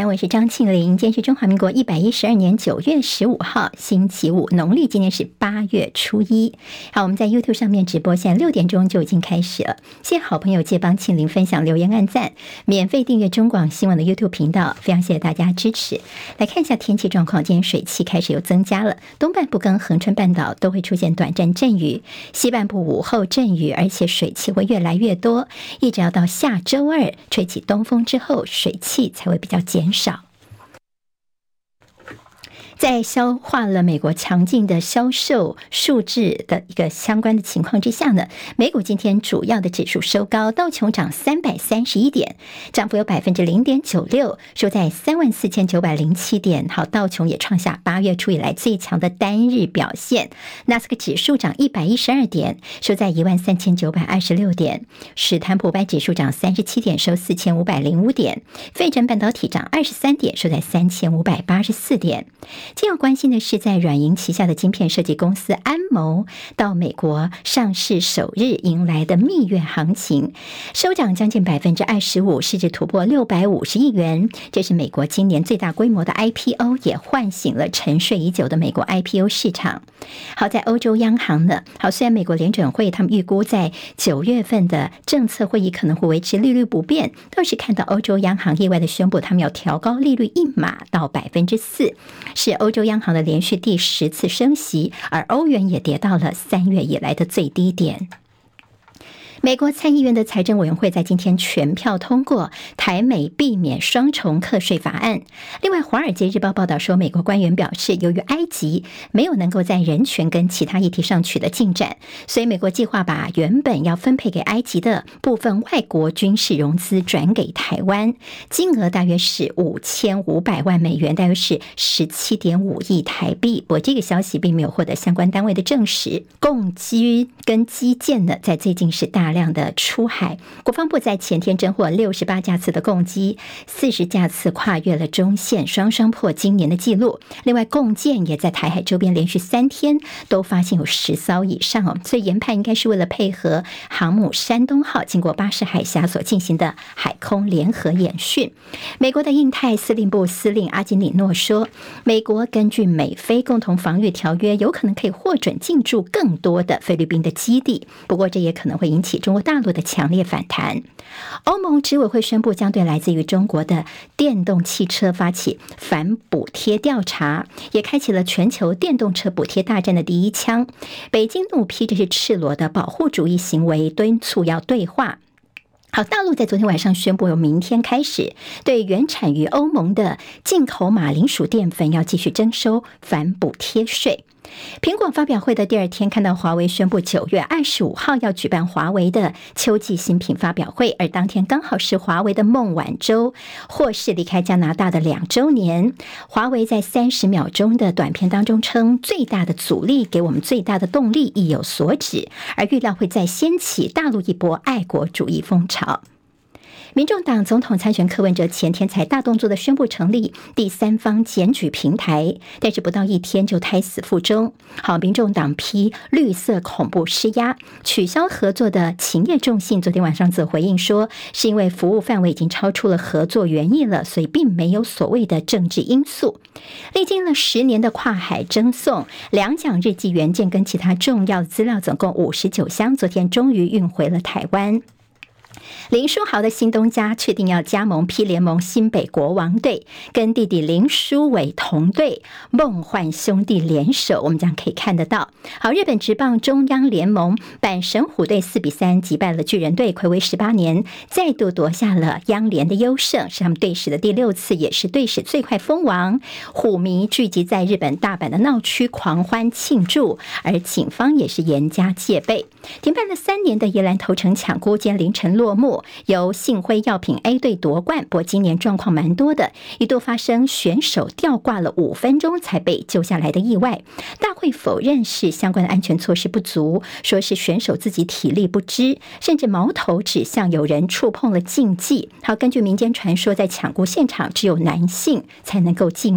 安，我是张庆玲。今天是中华民国112年9月15号，星期五，农历今天是8月初1。好，我们在 YouTube 上面直播，现在6点钟就已经开始了。谢谢好朋友借帮庆玲分享、留言、按赞，免费订阅中广新闻的 YouTube 频道，非常谢谢大家支持。来看一下天气状况，今天水汽开始有增加了，东半部跟恒春半岛都会出现短暂阵雨，西半部午后阵雨，而且水汽会越来越多，一直要到下周二吹起东风之后，水汽才会比较减少。在消化了美国强劲的销售数字的一个相关的情况之下呢，美股今天主要的指数收高，道琼涨331点，涨幅有 0.96%， 收在34,907点。好，道琼也创下8月初以来最强的单日表现。纳斯克指数涨112点，收在13,926点。史坦普500指数涨37点，收4,505点。费城半导体涨23点，收在3,584点。今要关心的是，在软银旗下的晶片设计公司安谋到美国上市首日迎来的蜜月行情，收涨将近 25%， 市值突破650亿元，这是美国今年最大规模的 IPO， 也唤醒了沉睡已久的美国 IPO 市场。好，在欧洲央行呢，好，虽然美国联准会他们预估在9月份的政策会议可能会维持利率不变，倒是看到欧洲央行意外的宣布，他们要调高利率1码到 4%， 是欧洲央行的连续第10次升息，而欧元也跌到了3月以来的最低点。美国参议院的财政委员会在今天全票通过台美避免双重课税法案。另外，《华尔街日报》报道说，美国官员表示，由于埃及没有能够在人权跟其他议题上取得进展，所以美国计划把原本要分配给埃及的部分外国军事融资转给台湾，金额大约是5500万美元，大约是17.5亿台币。不过，这个消息并没有获得相关单位的证实。共机跟基建呢，在最近是大量的出海，国防部在前天侦获68架次的共机，40架次跨越了中线，双双破今年的纪录。另外，共建也在台海周边连续3天都发现有10艘以上所以研判应该是为了配合航母山东号经过巴士海峡所进行的海空联合演训。美国的印太司令部司令阿基里诺说，美国根据美菲共同防御条约，有可能可以获准进驻更多的菲律宾的基地，不过这也可能会引起中国大陆的强烈反弹。欧盟执委会宣布将对来自于中国的电动汽车发起反补贴调查，也开启了全球电动车补贴大战的第一枪。北京怒批这是赤裸的保护主义行为，敦促要对话。好，大陆在昨天晚上宣布，由明天开始，对原产于欧盟的进口马铃薯淀粉要继续征收反补贴税。苹果发表会的第二天，看到华为宣布9月25号要举办华为的秋季新品发表会，而当天刚好是华为的孟晚舟获释离开加拿大的2周年。华为在30秒钟的短片当中称，最大的阻力给我们最大的动力，意有所指，而预料会再掀起大陆一波爱国主义风潮。民众党总统参选柯文哲前天才大动作的宣布成立第三方检举平台，但是不到1天就胎死腹中。好，民众党批绿色恐怖施压，取消合作的勤业众信昨天晚上则回应说，是因为服务范围已经超出了合作原意了，所以并没有所谓的政治因素。历经了10年的跨海征送，两蒋日记原件跟其他重要的资料总共59箱，昨天终于运回了台湾。林书豪的新东家确定要加盟 P 联盟新北国王队，跟弟弟林书伟同队，梦幻兄弟联手，我们将可以看得到。好，日本职棒中央联盟阪神虎队4-3击败了巨人队，睽违18年再度夺下了央联的优胜，是他们队史的第6次，也是队史最快封王。虎迷聚集在日本大阪的闹区狂欢庆祝，而警方也是严加戒备。停办了3年的宜兰头城抢孤今天凌晨落幕，由信辉药品 A 队夺冠，不过今年状况蛮多的，一度发生选手吊挂了5分钟才被救下来的意外。大会否认是相关的安全措施不足，说是选手自己体力不支，甚至矛头指向有人触碰了禁忌。好，根据民间传说，在抢孤现场只有男性才能够进入。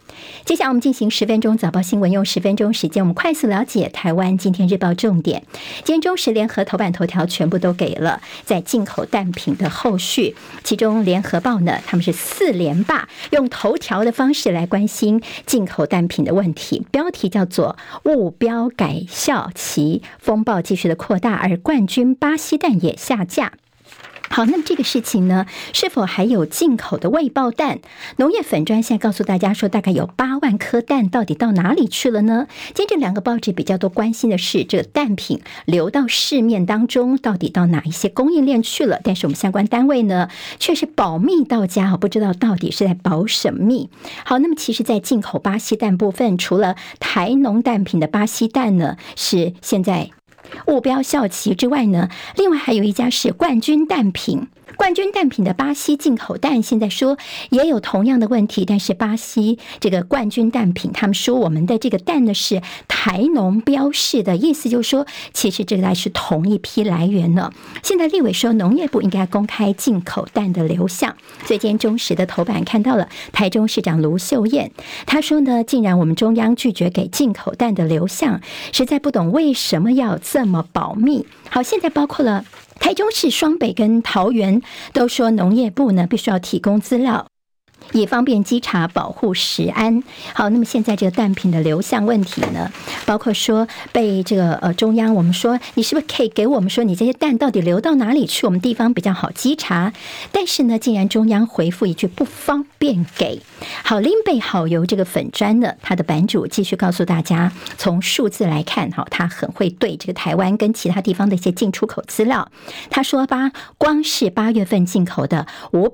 接下来我们进行10分钟早报新闻，用10分钟时间，我们快速了解台湾今天日报重点。今天中时联合头版头条全部都给了在进口蛋品的后续，其中联合报呢，他们是4连霸，用头条的方式来关心进口蛋品的问题，标题叫做误标改效期，风暴继续的扩大，而冠军巴西蛋也下架。好，那么这个事情呢，是否还有进口的未爆蛋？农业粉专现在告诉大家说，大概有8万颗蛋，到底到哪里去了呢？今天这2个报纸比较多关心的是，这个蛋品流到市面当中，到底到哪一些供应链去了？但是我们相关单位呢，却是保密到家，不知道到底是在保什么密。好，那么其实在进口巴西蛋部分，除了台农蛋品的巴西蛋呢，是现在误标效期之外呢，另外还有一家是冠军蛋品。冠军蛋品的巴西进口蛋现在说也有同样的问题，但是巴西这个冠军蛋品他们说我们的这个蛋呢是台农标示的，意思就是说其实这个蛋是同一批来源呢。现在立委说农业部应该公开进口蛋的流向，所以今天中时的头版看到了台中市长卢秀燕，他说呢，竟然我们中央拒绝给进口蛋的流向，实在不懂为什么要这么保密。好，现在包括了台中市、双北跟桃园都说农业部呢必须要提供资料，以方便稽查保护食安。好，那么现在这个蛋品的流向问题呢，包括说被这个中央我们说你是不是可以给我们说你这些蛋到底流到哪里去，我们地方比较好稽查，但是呢竟然中央回复一句不方便给。好，林北好油这个粉专呢，它的版主继续告诉大家，从数字来看，他很会对这个台湾跟其他地方的一些进出口资料。他说光是8月份进口的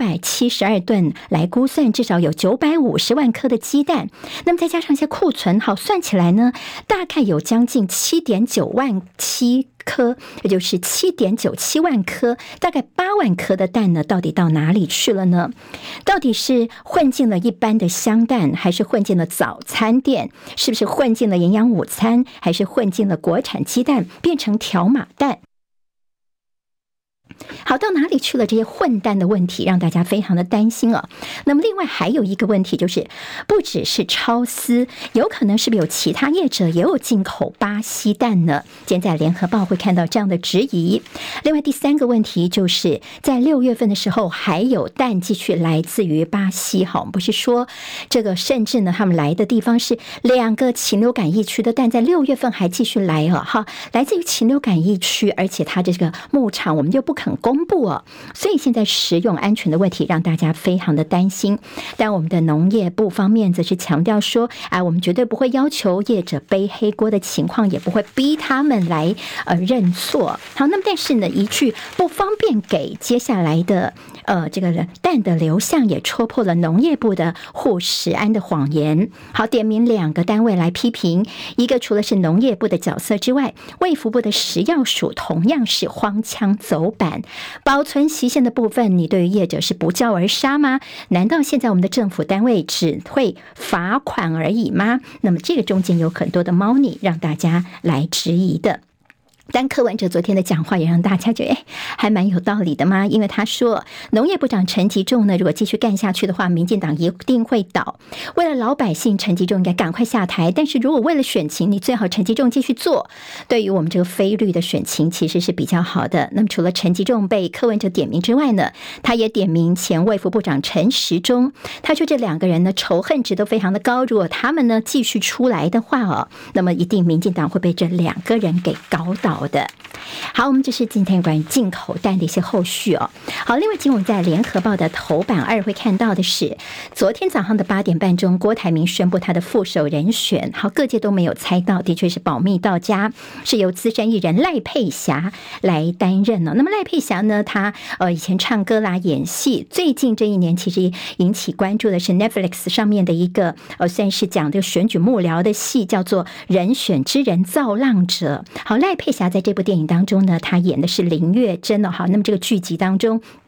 572吨来估算，至少有950万颗的鸡蛋，那么再加上一些库存，好算起来呢，大概有将近7.9万颗，也就是7.97万颗，大概8万颗的蛋呢，到底到哪里去了呢？到底是混进了一般的香蛋，还是混进了早餐店？是不是混进了营养午餐，还是混进了国产鸡蛋，变成条码蛋？好，到哪里去了这些混蛋的问题，让大家非常的担心啊。那么另外还有一个问题，就是不只是超丝，有可能是不是有其他业者也有进口巴西蛋呢？今天在联合报会看到这样的质疑。另外第3个问题，就是在6月份的时候，还有蛋继续来自于巴西。好，我们不是说这个，甚至呢他们来的地方是2个禽流感疫区的蛋，在6月份还继续来哦，哈，来自于禽流感疫区，而且它这个牧场我们就不肯公布哦，所以现在食用安全的问题让大家非常的担心。但我们的农业部方面则是强调说，我们绝对不会要求业者背黑锅的情况，也不会逼他们来认错。好，那么但是呢，一句不方便给，接下来的这个蛋的流向也戳破了农业部的护食安的谎言。好，点名2个单位来批评，一个除了是农业部的角色之外，卫福部的食药署同样是荒腔走板。保存期限的部分，你对于业者是不教而杀吗？难道现在我们的政府单位只会罚款而已吗？那么这个中间有很多的猫腻让大家来质疑的。但柯文哲昨天的讲话也让大家觉得还蛮有道理的嘛，因为他说农业部长陈吉仲呢，如果继续干下去的话，民进党一定会倒。为了老百姓，陈吉仲应该赶快下台，但是如果为了选情，你最好陈吉仲继续做，对于我们这个非绿的选情其实是比较好的。那么除了陈吉仲被柯文哲点名之外呢，他也点名前卫福部长陈时中，他说这2个人呢仇恨值都非常的高，如果他们呢继续出来的话那么一定民进党会被这2个人给搞倒的。好，我们这是今天关于进口蛋的一些后续好，另外今天我们在联合报的头版2会看到的是，昨天早上的8点半钟，郭台铭宣布他的副手人选。好，各界都没有猜到，的确是保密到家，是由资深艺人赖佩霞来担任那么赖佩霞呢，她以前唱歌啦、演戏，最近这1年其实引起关注的是 Netflix 上面的一个算是讲这个选举幕僚的戏，叫做《人选之人造浪者》。好，赖佩霞在这部电影当中呢，她演的是林月珍好，那么这个剧集当中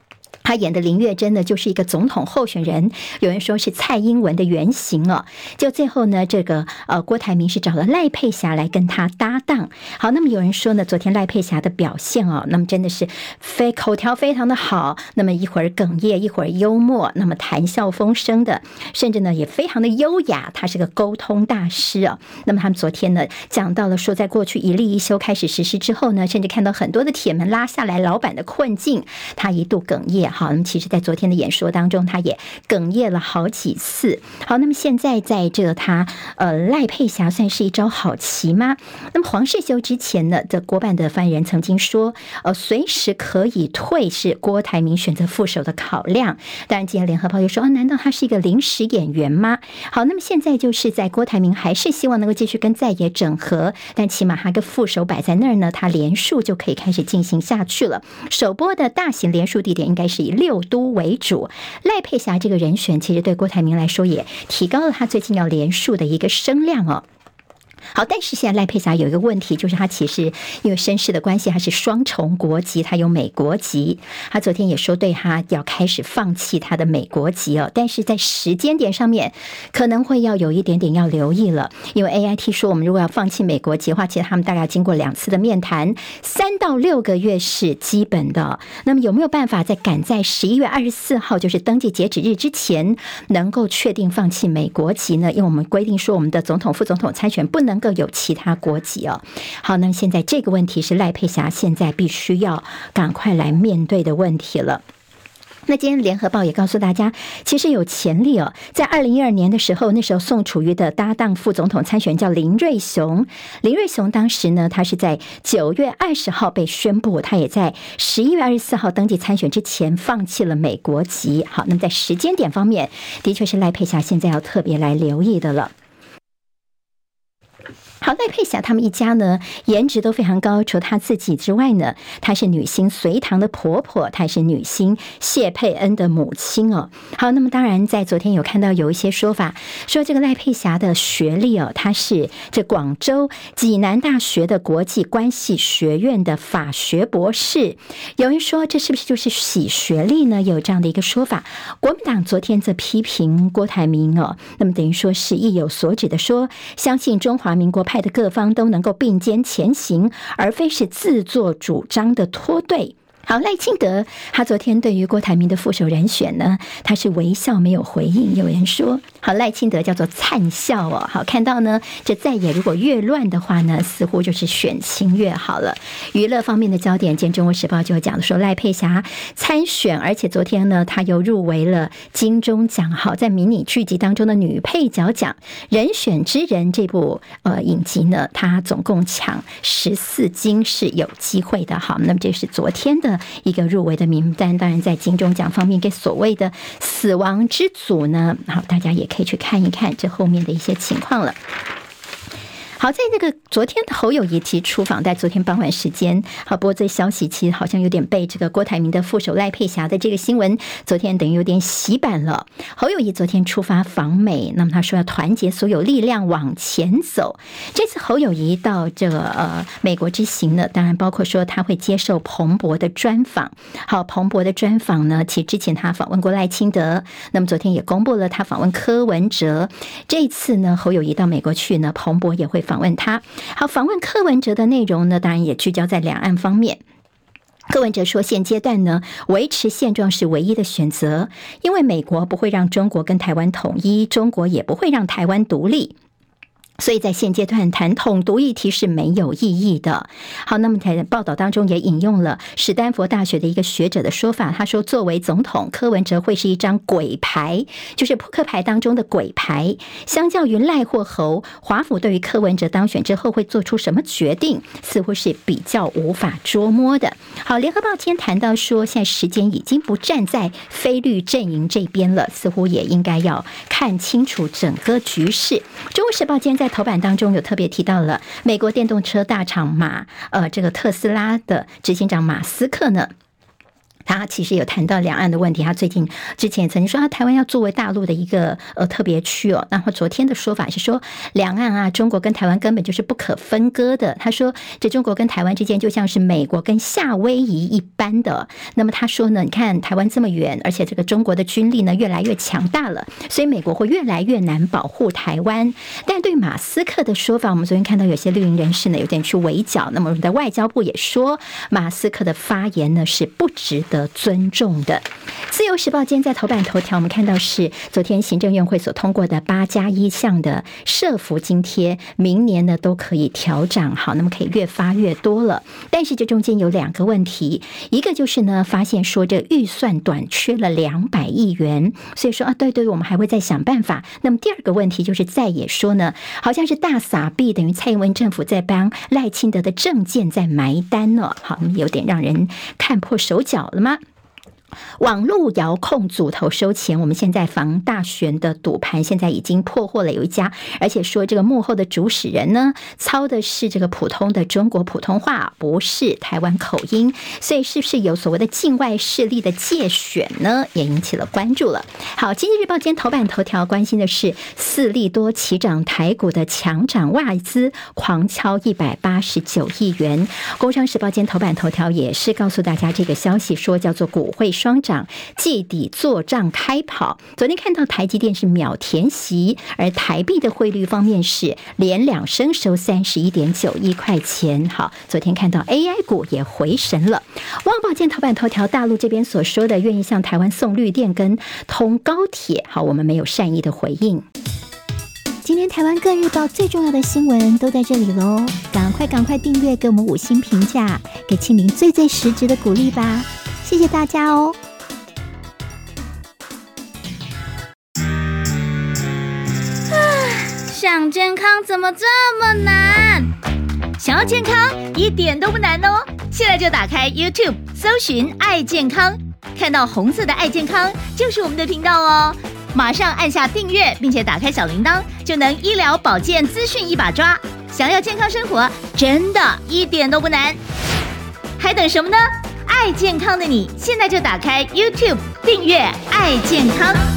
他演的林月珍呢，就是一个总统候选人，有人说是蔡英文的原型哦。就最后呢，这个郭台铭是找了赖佩霞来跟他搭档。好，那么有人说呢，昨天赖佩霞的表现哦，那么真的是口条非常的好，那么一会儿哽咽，一会儿幽默，那么谈笑风生的，甚至呢也非常的优雅，他是个沟通大师哦。那么他们昨天呢讲到了说，在过去一例一休开始实施之后呢，甚至看到很多的铁门拉下来老板的困境，他一度哽咽。好，那么其实在昨天的演说当中，他也哽咽了好几次。好，那么现在在这个他赖佩霞算是一招好棋吗？那么黄世修之前呢的国办的发言人曾经说，随时可以退是郭台铭选择副手的考量。当然，今天联合报又说，难道他是一个临时演员吗？好，那么现在就是在郭台铭还是希望能够继续跟在野整合，但起码他个副手摆在那儿呢，他连署就可以开始进行下去了。首播的大型连署地点应该是以6都为主。赖佩霞这个人选，其实对郭台铭来说也提高了他最近要连署的一个声量哦。好，但是现在赖佩霞有一个问题，就是他其实因为身世的关系，他是双重国籍，他有美国籍。他昨天也说，对他要开始放弃他的美国籍哦，但是在时间点上面可能会要有一点点要留意了，因为 AIT 说，我们如果要放弃美国籍的话，其实他们大概经过2次的面谈，3到6个月是基本的。那么有没有办法在赶在11月24号，就是登记截止日之前，能够确定放弃美国籍呢？因为我们规定说，我们的总统、副总统参选不能够有其他国籍哦。好，那么现在这个问题是赖佩霞现在必须要赶快来面对的问题了。那今天联合报也告诉大家，其实有潜力哦。在2012年的时候，那时候宋楚瑜的搭档副总统参选叫林瑞雄。林瑞雄当时呢，他是在9月20号被宣布，他也在11月24号登记参选之前放弃了美国籍。好，那么在时间点方面，的确是赖佩霞现在要特别来留意的了。好，赖佩霞他们一家呢，颜值都非常高。除了她自己之外呢，她是女星隋棠的婆婆，她是女星谢佩恩的母亲哦。好，那么当然在昨天有看到有一些说法，说这个赖佩霞的学历哦，她是这广州济南大学的国际关系学院的法学博士。有人说这是不是就是洗学历呢？有这样的一个说法。国民党昨天则批评郭台铭哦，那么等于说是意有所指的说，相信中华民国派的各方都能够并肩前行，而非是自作主张的脱队。好，赖清德他昨天对于郭台铭的副手人选呢，他是微笑没有回应。有人说，好，赖清德叫做灿笑哦。好，看到呢，这在野如果越乱的话呢，似乎就是选情越好了。娱乐方面的焦点，今天《中国时报》就讲说赖佩霞参选，而且昨天呢，他又入围了金钟奖。好，在迷你剧集当中的女配角奖，《人选之人》这部影集呢，他总共抢14金是有机会的。好，那么这是昨天的一个入围的名单。当然在金钟奖方面，给所谓的死亡之组呢，好，大家也可以去看一看这后面的一些情况了。好，在那个昨天侯友宜其实出访，在昨天傍晚时间，好，不过这消息其实好像有点被这个郭台铭的副手赖佩霞的这个新闻，昨天等于有点洗版了。侯友宜昨天出发访美，那么他说要团结所有力量往前走。这次侯友宜到这个美国之行呢，当然包括说他会接受彭博的专访。好，彭博的专访呢，其实之前他访问过赖清德，那么昨天也公布了他访问柯文哲。这一次呢，侯友宜到美国去呢，彭博也会访问他。好，访问柯文哲的内容呢，当然也聚焦在两岸方面。柯文哲说，现阶段呢，维持现状是唯一的选择，因为美国不会让中国跟台湾统一，中国也不会让台湾独立。所以在现阶段谈统独议题是没有意义的。好，那么在报道当中也引用了史丹佛大学的一个学者的说法，他说作为总统，柯文哲会是一张鬼牌，就是扑克牌当中的鬼牌。相较于赖或侯，华府对于柯文哲当选之后会做出什么决定，似乎是比较无法捉摸的。好，联合报今天谈到说，现在时间已经不站在非绿阵营这边了，似乎也应该要看清楚整个局势。中国时报今天在头版当中有特别提到了美国电动车大厂这个特斯拉的执行长马斯克呢， 他其实有谈到两岸的问题，他之前也曾经说台湾要作为大陆的一个特别区哦。然后昨天的说法是说，两岸啊，中国跟台湾根本就是不可分割的。他说，这中国跟台湾之间就像是美国跟夏威夷一般的。那么他说呢，你看台湾这么远，而且这个中国的军力呢越来越强大了，所以美国会越来越难保护台湾。但对马斯克的说法，我们昨天看到有些绿营人士呢有点去围剿。那么我们的外交部也说，马斯克的发言呢是不值得尊重的。自由时报今天在头版头条，我们看到是昨天行政院会所通过的8+1项的社福津贴，明年呢都可以调涨，好，那么可以越发越多了。但是这中间有2个问题，一个就是呢，发现说这预算短缺了200亿元，所以说对，我们还会再想办法。那么第2个问题就是在也说呢，好像是大撒币，等于蔡英文政府在帮赖清德的政见在埋单呢，好，有点让人看破手脚了吗？网络遥控组头收钱，我们现在防大选的赌盘现在已经破获了，有一家，而且说这个幕后的主使人呢，操的是这个普通的中国普通话，不是台湾口音，所以是不是有所谓的境外势力的介选呢？也引起了关注了。好，经济日报今天头版头条关心的是4利多齐涨台股的强涨外资狂敲189亿元。工商时报今天头版头条也是告诉大家这个消息，说叫做股汇双涨，季底做账开跑。昨天看到台积电是秒填息，而台币的汇率方面是连2升收31.91块钱。好，昨天看到 AI 股也回神了。旺报见头版头条，大陆这边所说的愿意向台湾送绿电跟通高铁，好，我们没有善意的回应。今天台湾各日报最重要的新闻都在这里咯，赶快订阅，给我们5星评价，给庆明最实质的鼓励吧。谢谢大家哦！ 想健康怎么这么难？想要健康一点都不难哦！现在就打开 YouTube 搜寻爱健康，看到红色的爱健康就是我们的频道哦。马上按下订阅，并且打开小铃铛，就能医疗保健资讯一把抓。想要健康生活，真的一点都不难，还等什么呢？爱健康的你，现在就打开 YouTube 订阅爱健康。